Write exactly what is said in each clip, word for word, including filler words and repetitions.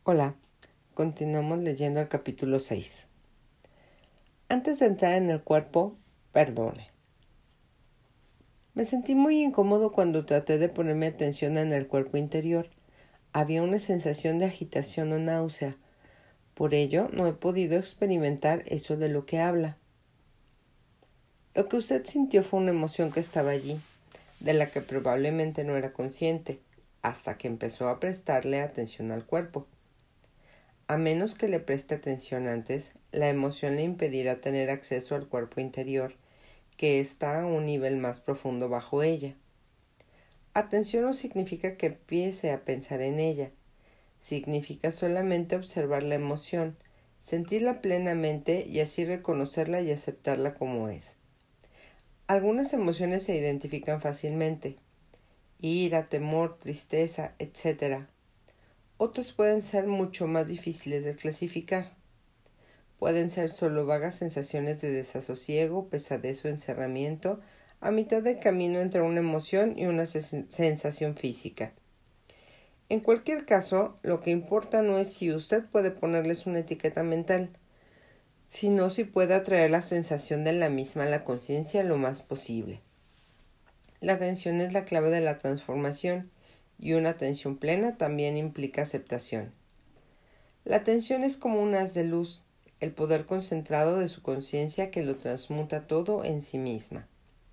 Hola, continuamos leyendo el capítulo seis. Antes de entrar en el cuerpo, perdone. Me sentí muy incómodo cuando traté de ponerme atención en el cuerpo interior. Había una sensación de agitación o náusea. Por ello, no he podido experimentar eso de lo que habla. Lo que usted sintió fue una emoción que estaba allí, de la que probablemente no era consciente, hasta que empezó a prestarle atención al cuerpo. A menos que le preste atención antes, la emoción le impedirá tener acceso al cuerpo interior, que está a un nivel más profundo bajo ella. Atención no significa que empiece a pensar en ella. Significa solamente observar la emoción, sentirla plenamente y así reconocerla y aceptarla como es. Algunas emociones se identifican fácilmente: ira, temor, tristeza, etcétera. Otros pueden ser mucho más difíciles de clasificar. Pueden ser solo vagas sensaciones de desasosiego, pesadez o encerramiento, a mitad del camino entre una emoción y una sensación física. En cualquier caso, lo que importa no es si usted puede ponerles una etiqueta mental, sino si puede atraer la sensación de la misma a la conciencia lo más posible. La atención es la clave de la transformación, y una atención plena también implica aceptación. La atención es como un haz de luz, el poder concentrado de su conciencia que lo transmuta todo en sí misma.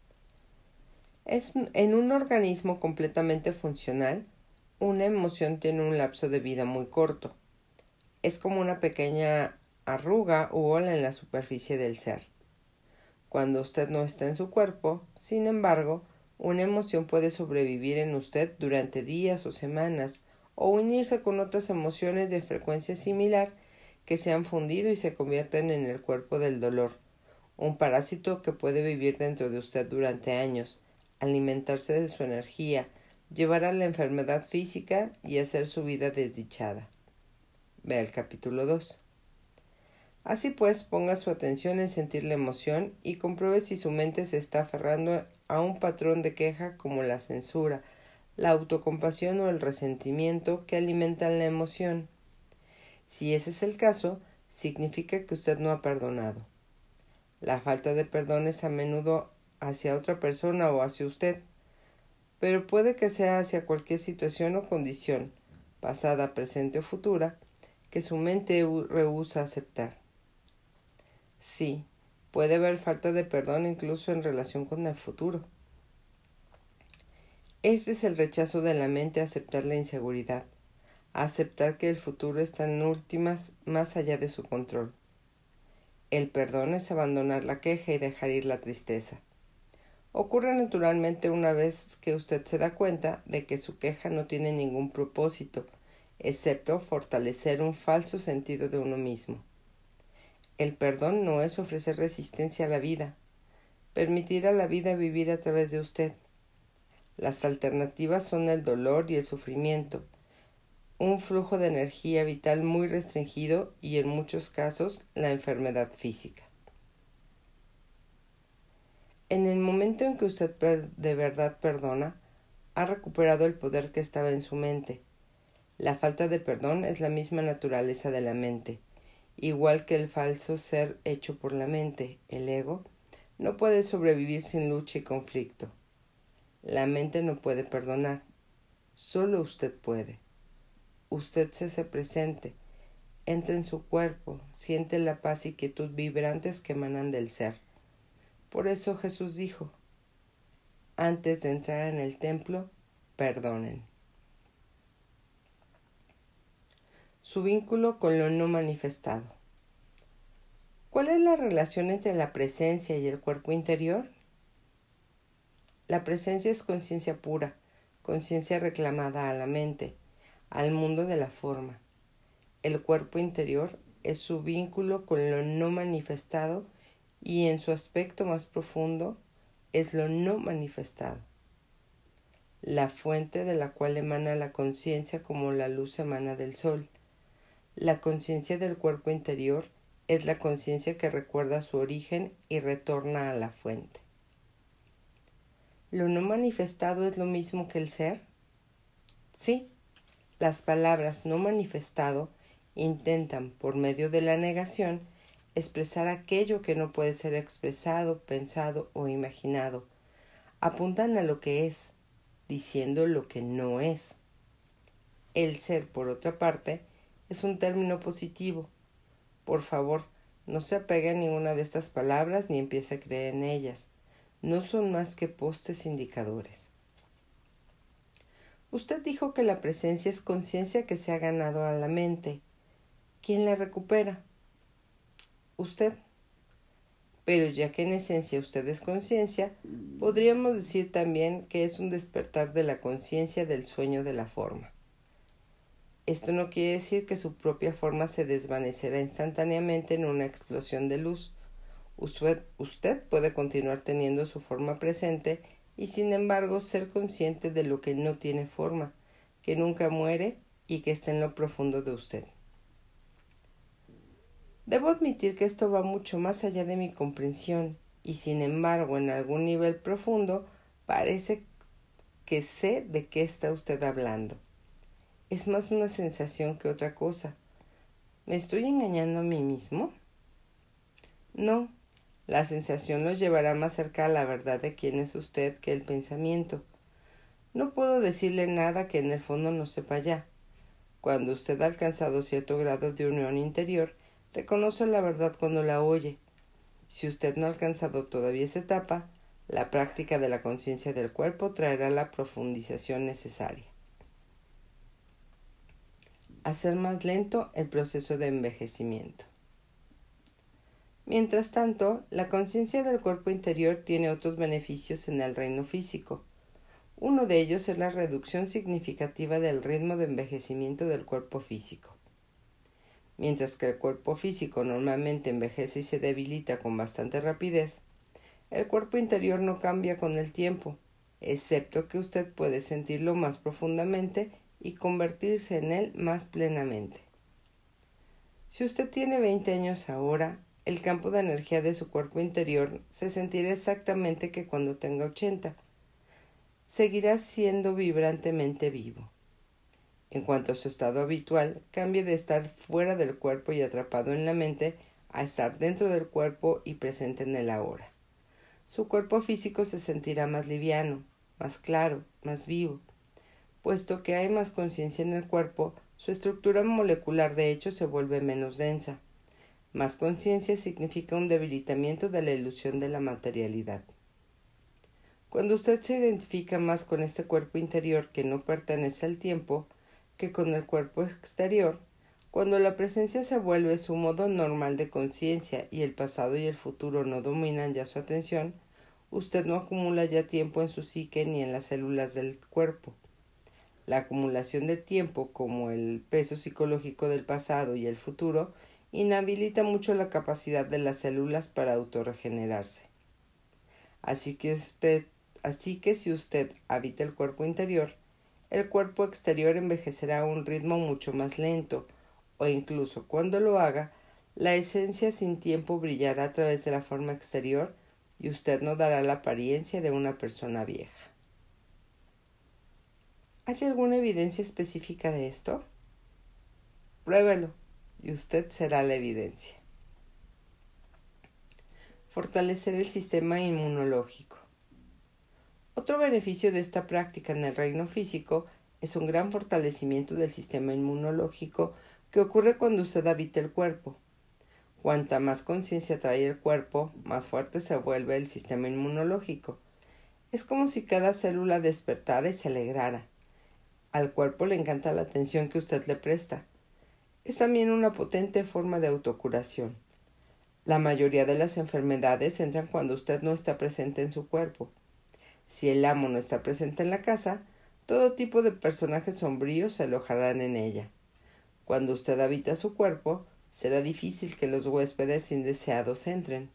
Es, en un organismo completamente funcional, una emoción tiene un lapso de vida muy corto. Es como una pequeña arruga u ola en la superficie del ser. Cuando usted no está en su cuerpo, sin embargo, una emoción puede sobrevivir en usted durante días o semanas, o unirse con otras emociones de frecuencia similar que se han fundido y se convierten en el cuerpo del dolor, un parásito que puede vivir dentro de usted durante años, alimentarse de su energía, llevar a la enfermedad física y hacer su vida desdichada. Vea el capítulo dos. Así pues, ponga su atención en sentir la emoción y compruebe si su mente se está aferrando a un patrón de queja como la censura, la autocompasión o el resentimiento que alimentan la emoción. Si ese es el caso, significa que usted no ha perdonado. La falta de perdón es a menudo hacia otra persona o hacia usted, pero puede que sea hacia cualquier situación o condición, pasada, presente o futura, que su mente rehúsa aceptar. Sí, puede haber falta de perdón incluso en relación con el futuro. Este es el rechazo de la mente a aceptar la inseguridad, a aceptar que el futuro está en últimas más allá de su control. El perdón es abandonar la queja y dejar ir la tristeza. Ocurre naturalmente una vez que usted se da cuenta de que su queja no tiene ningún propósito, excepto fortalecer un falso sentido de uno mismo. El perdón no es ofrecer resistencia a la vida, permitir a la vida vivir a través de usted. Las alternativas son el dolor y el sufrimiento, un flujo de energía vital muy restringido y, en muchos casos, la enfermedad física. En el momento en que usted de verdad perdona, ha recuperado el poder que estaba en su mente. La falta de perdón es la misma naturaleza de la mente. Igual que el falso ser hecho por la mente, el ego, no puede sobrevivir sin lucha y conflicto. La mente no puede perdonar, solo usted puede. Usted se hace presente, entra en su cuerpo, siente la paz y quietud vibrantes que emanan del ser. Por eso Jesús dijo: antes de entrar en el templo, perdonen. Su vínculo con lo no manifestado. ¿Cuál es la relación entre la presencia y el cuerpo interior? La presencia es conciencia pura, conciencia reclamada a la mente, al mundo de la forma. El cuerpo interior es su vínculo con lo no manifestado y, en su aspecto más profundo, es lo no manifestado. La fuente de la cual emana la conciencia como la luz emana del sol. La conciencia del cuerpo interior es la conciencia que recuerda su origen y retorna a la fuente. ¿Lo no manifestado es lo mismo que el ser? Sí, las palabras no manifestado intentan, por medio de la negación, expresar aquello que no puede ser expresado, pensado o imaginado. Apuntan a lo que es, diciendo lo que no es. El ser, por otra parte, es un término positivo. Por favor, no se apegue a ninguna de estas palabras ni empiece a creer en ellas. No son más que postes indicadores. Usted dijo que la presencia es conciencia que se ha ganado a la mente. ¿Quién la recupera? Usted. Pero ya que en esencia usted es conciencia, podríamos decir también que es un despertar de la conciencia del sueño de la forma. Esto no quiere decir que su propia forma se desvanecerá instantáneamente en una explosión de luz. Usted, usted puede continuar teniendo su forma presente y sin embargo ser consciente de lo que no tiene forma, que nunca muere y que está en lo profundo de usted. Debo admitir que esto va mucho más allá de mi comprensión y sin embargo en algún nivel profundo parece que sé de qué está usted hablando. Es más una sensación que otra cosa. ¿Me estoy engañando a mí mismo? No, la sensación nos llevará más cerca a la verdad de quién es usted que el pensamiento. No puedo decirle nada que en el fondo no sepa ya. Cuando usted ha alcanzado cierto grado de unión interior, reconoce la verdad cuando la oye. Si usted no ha alcanzado todavía esa etapa, la práctica de la conciencia del cuerpo traerá la profundización necesaria. Hacer más lento el proceso de envejecimiento. Mientras tanto, la conciencia del cuerpo interior tiene otros beneficios en el reino físico. Uno de ellos es la reducción significativa del ritmo de envejecimiento del cuerpo físico. Mientras que el cuerpo físico normalmente envejece y se debilita con bastante rapidez, el cuerpo interior no cambia con el tiempo, excepto que usted puede sentirlo más profundamente y convertirse en él más plenamente. Si usted tiene veinte años ahora, el campo de energía de su cuerpo interior se sentirá exactamente que cuando tenga ochenta. Seguirá siendo vibrantemente vivo. En cuanto a su estado habitual, cambia de estar fuera del cuerpo y atrapado en la mente a estar dentro del cuerpo y presente en el ahora. Su cuerpo físico se sentirá más liviano, más claro, más vivo. Puesto que hay más conciencia en el cuerpo, su estructura molecular de hecho se vuelve menos densa. Más conciencia significa un debilitamiento de la ilusión de la materialidad. Cuando usted se identifica más con este cuerpo interior que no pertenece al tiempo, que con el cuerpo exterior, cuando la presencia se vuelve su modo normal de conciencia y el pasado y el futuro no dominan ya su atención, usted no acumula ya tiempo en su psique ni en las células del cuerpo. La acumulación de tiempo, como el peso psicológico del pasado y el futuro, inhabilita mucho la capacidad de las células para autorregenerarse. Así que, usted, así que si usted habita el cuerpo interior, el cuerpo exterior envejecerá a un ritmo mucho más lento, o incluso cuando lo haga, la esencia sin tiempo brillará a través de la forma exterior y usted no dará la apariencia de una persona vieja. ¿Hay alguna evidencia específica de esto? Pruébelo y usted será la evidencia. Fortalecer el sistema inmunológico. Otro beneficio de esta práctica en el reino físico es un gran fortalecimiento del sistema inmunológico que ocurre cuando usted habita el cuerpo. Cuanta más conciencia trae el cuerpo, más fuerte se vuelve el sistema inmunológico. Es como si cada célula despertara y se alegrara. Al cuerpo le encanta la atención que usted le presta. Es también una potente forma de autocuración. La mayoría de las enfermedades entran cuando usted no está presente en su cuerpo. Si el amo no está presente en la casa, todo tipo de personajes sombríos se alojarán en ella. Cuando usted habita su cuerpo, será difícil que los huéspedes indeseados entren.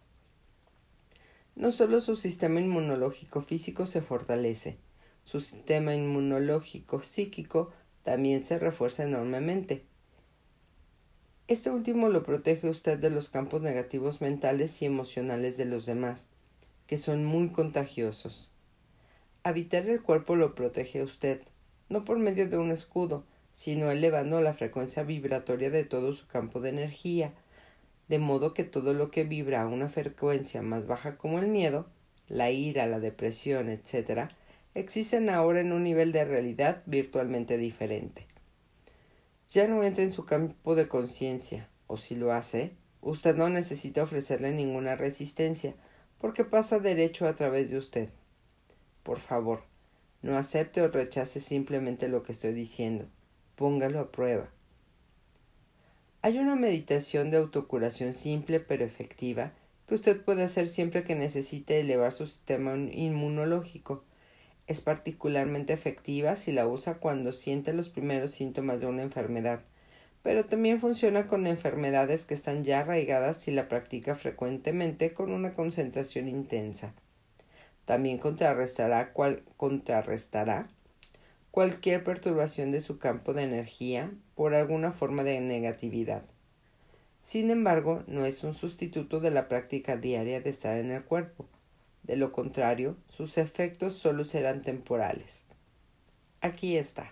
No solo su sistema inmunológico físico se fortalece, su sistema inmunológico psíquico también se refuerza enormemente. Este último lo protege a usted de los campos negativos mentales y emocionales de los demás, que son muy contagiosos. Habitar el cuerpo lo protege a usted, no por medio de un escudo, sino elevando la frecuencia vibratoria de todo su campo de energía, de modo que todo lo que vibra a una frecuencia más baja como el miedo, la ira, la depresión, etcétera, existen ahora en un nivel de realidad virtualmente diferente. Ya no entra en su campo de conciencia, o si lo hace, usted no necesita ofrecerle ninguna resistencia, porque pasa derecho a través de usted. Por favor, no acepte o rechace simplemente lo que estoy diciendo. Póngalo a prueba. Hay una meditación de autocuración simple pero efectiva que usted puede hacer siempre que necesite elevar su sistema inmunológico. Es particularmente efectiva si la usa cuando siente los primeros síntomas de una enfermedad, pero también funciona con enfermedades que están ya arraigadas si la practica frecuentemente con una concentración intensa. También contrarrestará, cual, contrarrestará cualquier perturbación de su campo de energía por alguna forma de negatividad. Sin embargo, no es un sustituto de la práctica diaria de estar en el cuerpo. De lo contrario, sus efectos solo serán temporales. Aquí está.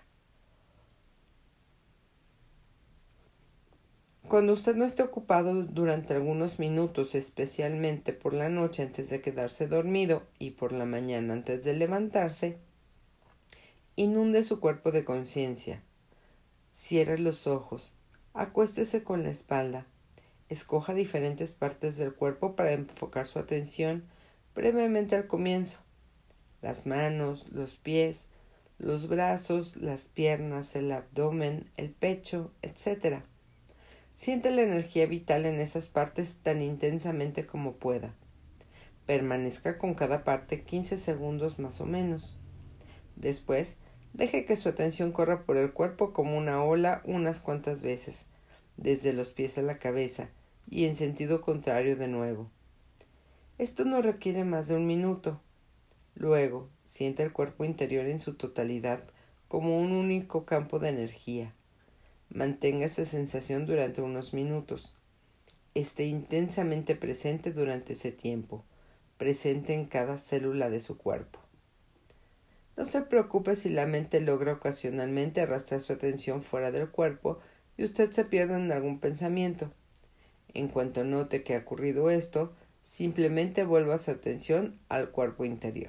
Cuando usted no esté ocupado durante algunos minutos, especialmente por la noche antes de quedarse dormido y por la mañana antes de levantarse, inunde su cuerpo de conciencia. Cierre los ojos, acuéstese con la espalda, escoja diferentes partes del cuerpo para enfocar su atención brevemente al comienzo. Las manos, los pies, los brazos, las piernas, el abdomen, el pecho, etcétera. Siente la energía vital en esas partes tan intensamente como pueda. Permanezca con cada parte quince segundos más o menos. Después, deje que su atención corra por el cuerpo como una ola unas cuantas veces, desde los pies a la cabeza y en sentido contrario de nuevo. Esto no requiere más de un minuto. Luego, siente el cuerpo interior en su totalidad como un único campo de energía. Mantenga esa sensación durante unos minutos. Esté intensamente presente durante ese tiempo, presente en cada célula de su cuerpo. No se preocupe si la mente logra ocasionalmente arrastrar su atención fuera del cuerpo y usted se pierde en algún pensamiento. En cuanto note que ha ocurrido esto, simplemente vuelva su atención al cuerpo interior.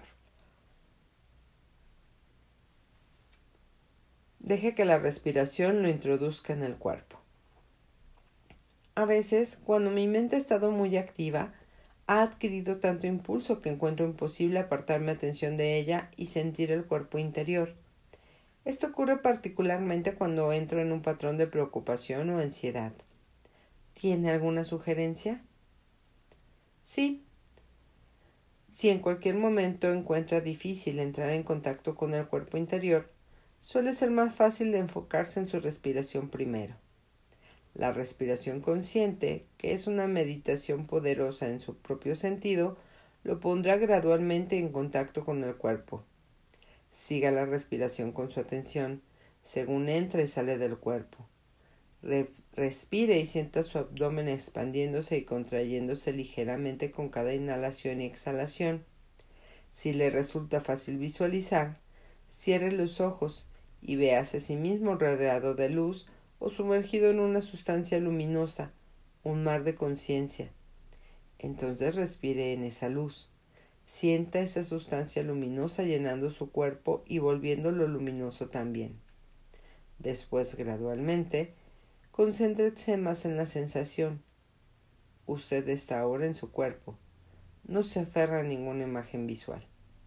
Deje que la respiración lo introduzca en el cuerpo. A veces, cuando mi mente ha estado muy activa, ha adquirido tanto impulso que encuentro imposible apartar mi atención de ella y sentir el cuerpo interior. Esto ocurre particularmente cuando entro en un patrón de preocupación o ansiedad. ¿Tiene alguna sugerencia? Sí. Si en cualquier momento encuentra difícil entrar en contacto con el cuerpo interior, suele ser más fácil de enfocarse en su respiración primero. La respiración consciente, que es una meditación poderosa en su propio sentido, lo pondrá gradualmente en contacto con el cuerpo. Siga la respiración con su atención, según entra y sale del cuerpo. Re- respire y sienta su abdomen expandiéndose y contrayéndose ligeramente con cada inhalación y exhalación. Si le resulta fácil visualizar, cierre los ojos y véase a sí mismo rodeado de luz o sumergido en una sustancia luminosa, un mar de conciencia. Entonces respire en esa luz. Sienta esa sustancia luminosa llenando su cuerpo y volviéndolo luminoso también. Después, gradualmente, concéntrese más en la sensación. Usted está ahora en su cuerpo. No se aferra a ninguna imagen visual.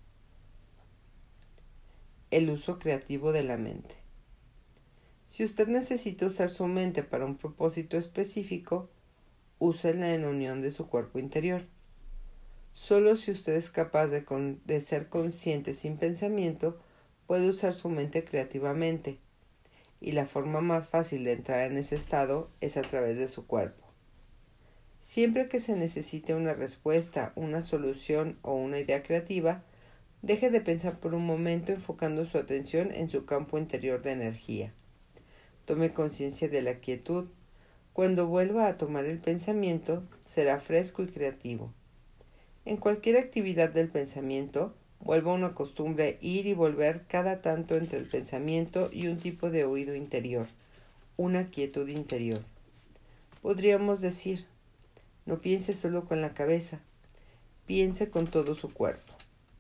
El uso creativo de la mente. Si usted necesita usar su mente para un propósito específico, úsela en unión de su cuerpo interior. Solo si usted es capaz de, con, de ser consciente sin pensamiento, puede usar su mente creativamente, y la forma más fácil de entrar en ese estado es a través de su cuerpo. Siempre que se necesite una respuesta, una solución o una idea creativa, deje de pensar por un momento enfocando su atención en su campo interior de energía. Tome conciencia de la quietud. Cuando vuelva a tomar el pensamiento, será fresco y creativo. En cualquier actividad del pensamiento, Vuelva una costumbre ir y volver cada tanto entre el pensamiento y un tipo de oído interior, una quietud interior. Podríamos decir, no piense solo con la cabeza, piense con todo su cuerpo.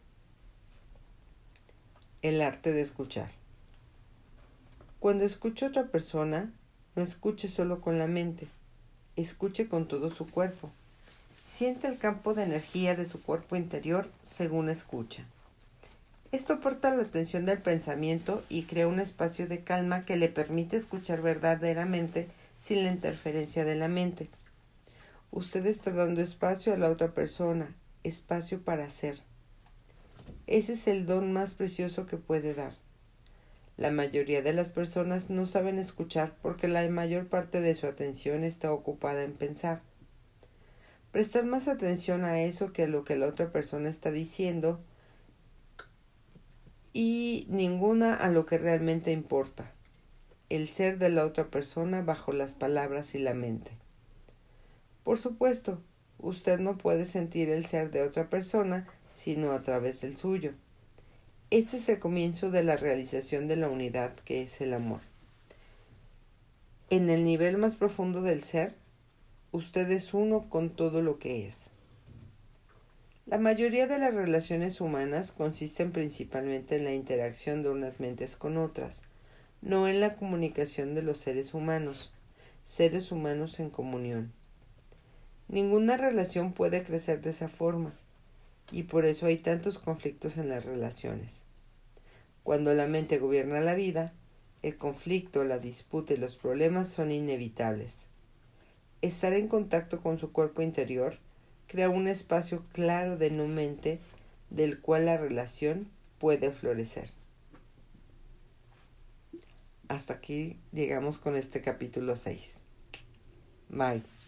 El arte de escuchar. Cuando escuche a otra persona, no escuche solo con la mente, escuche con todo su cuerpo. Siente el campo de energía de su cuerpo interior según escucha. Esto aporta la atención del pensamiento y crea un espacio de calma que le permite escuchar verdaderamente sin la interferencia de la mente. Usted está dando espacio a la otra persona, espacio para ser. Ese es el don más precioso que puede dar. La mayoría de las personas no saben escuchar porque la mayor parte de su atención está ocupada en pensar. Prestar más atención a eso que a lo que la otra persona está diciendo y ninguna a lo que realmente importa, el ser de la otra persona bajo las palabras y la mente. Por supuesto, usted no puede sentir el ser de otra persona sino a través del suyo. Este es el comienzo de la realización de la unidad que es el amor. En el nivel más profundo del ser, usted es uno con todo lo que es. La mayoría de las relaciones humanas consisten principalmente en la interacción de unas mentes con otras, no en la comunicación de los seres humanos, seres humanos en comunión. Ninguna relación puede crecer de esa forma, y por eso hay tantos conflictos en las relaciones. Cuando la mente gobierna la vida, el conflicto, la disputa y los problemas son inevitables. Estar en contacto con su cuerpo interior crea un espacio claro de no mente del cual la relación puede florecer. Hasta aquí llegamos con este capítulo seis. Bye.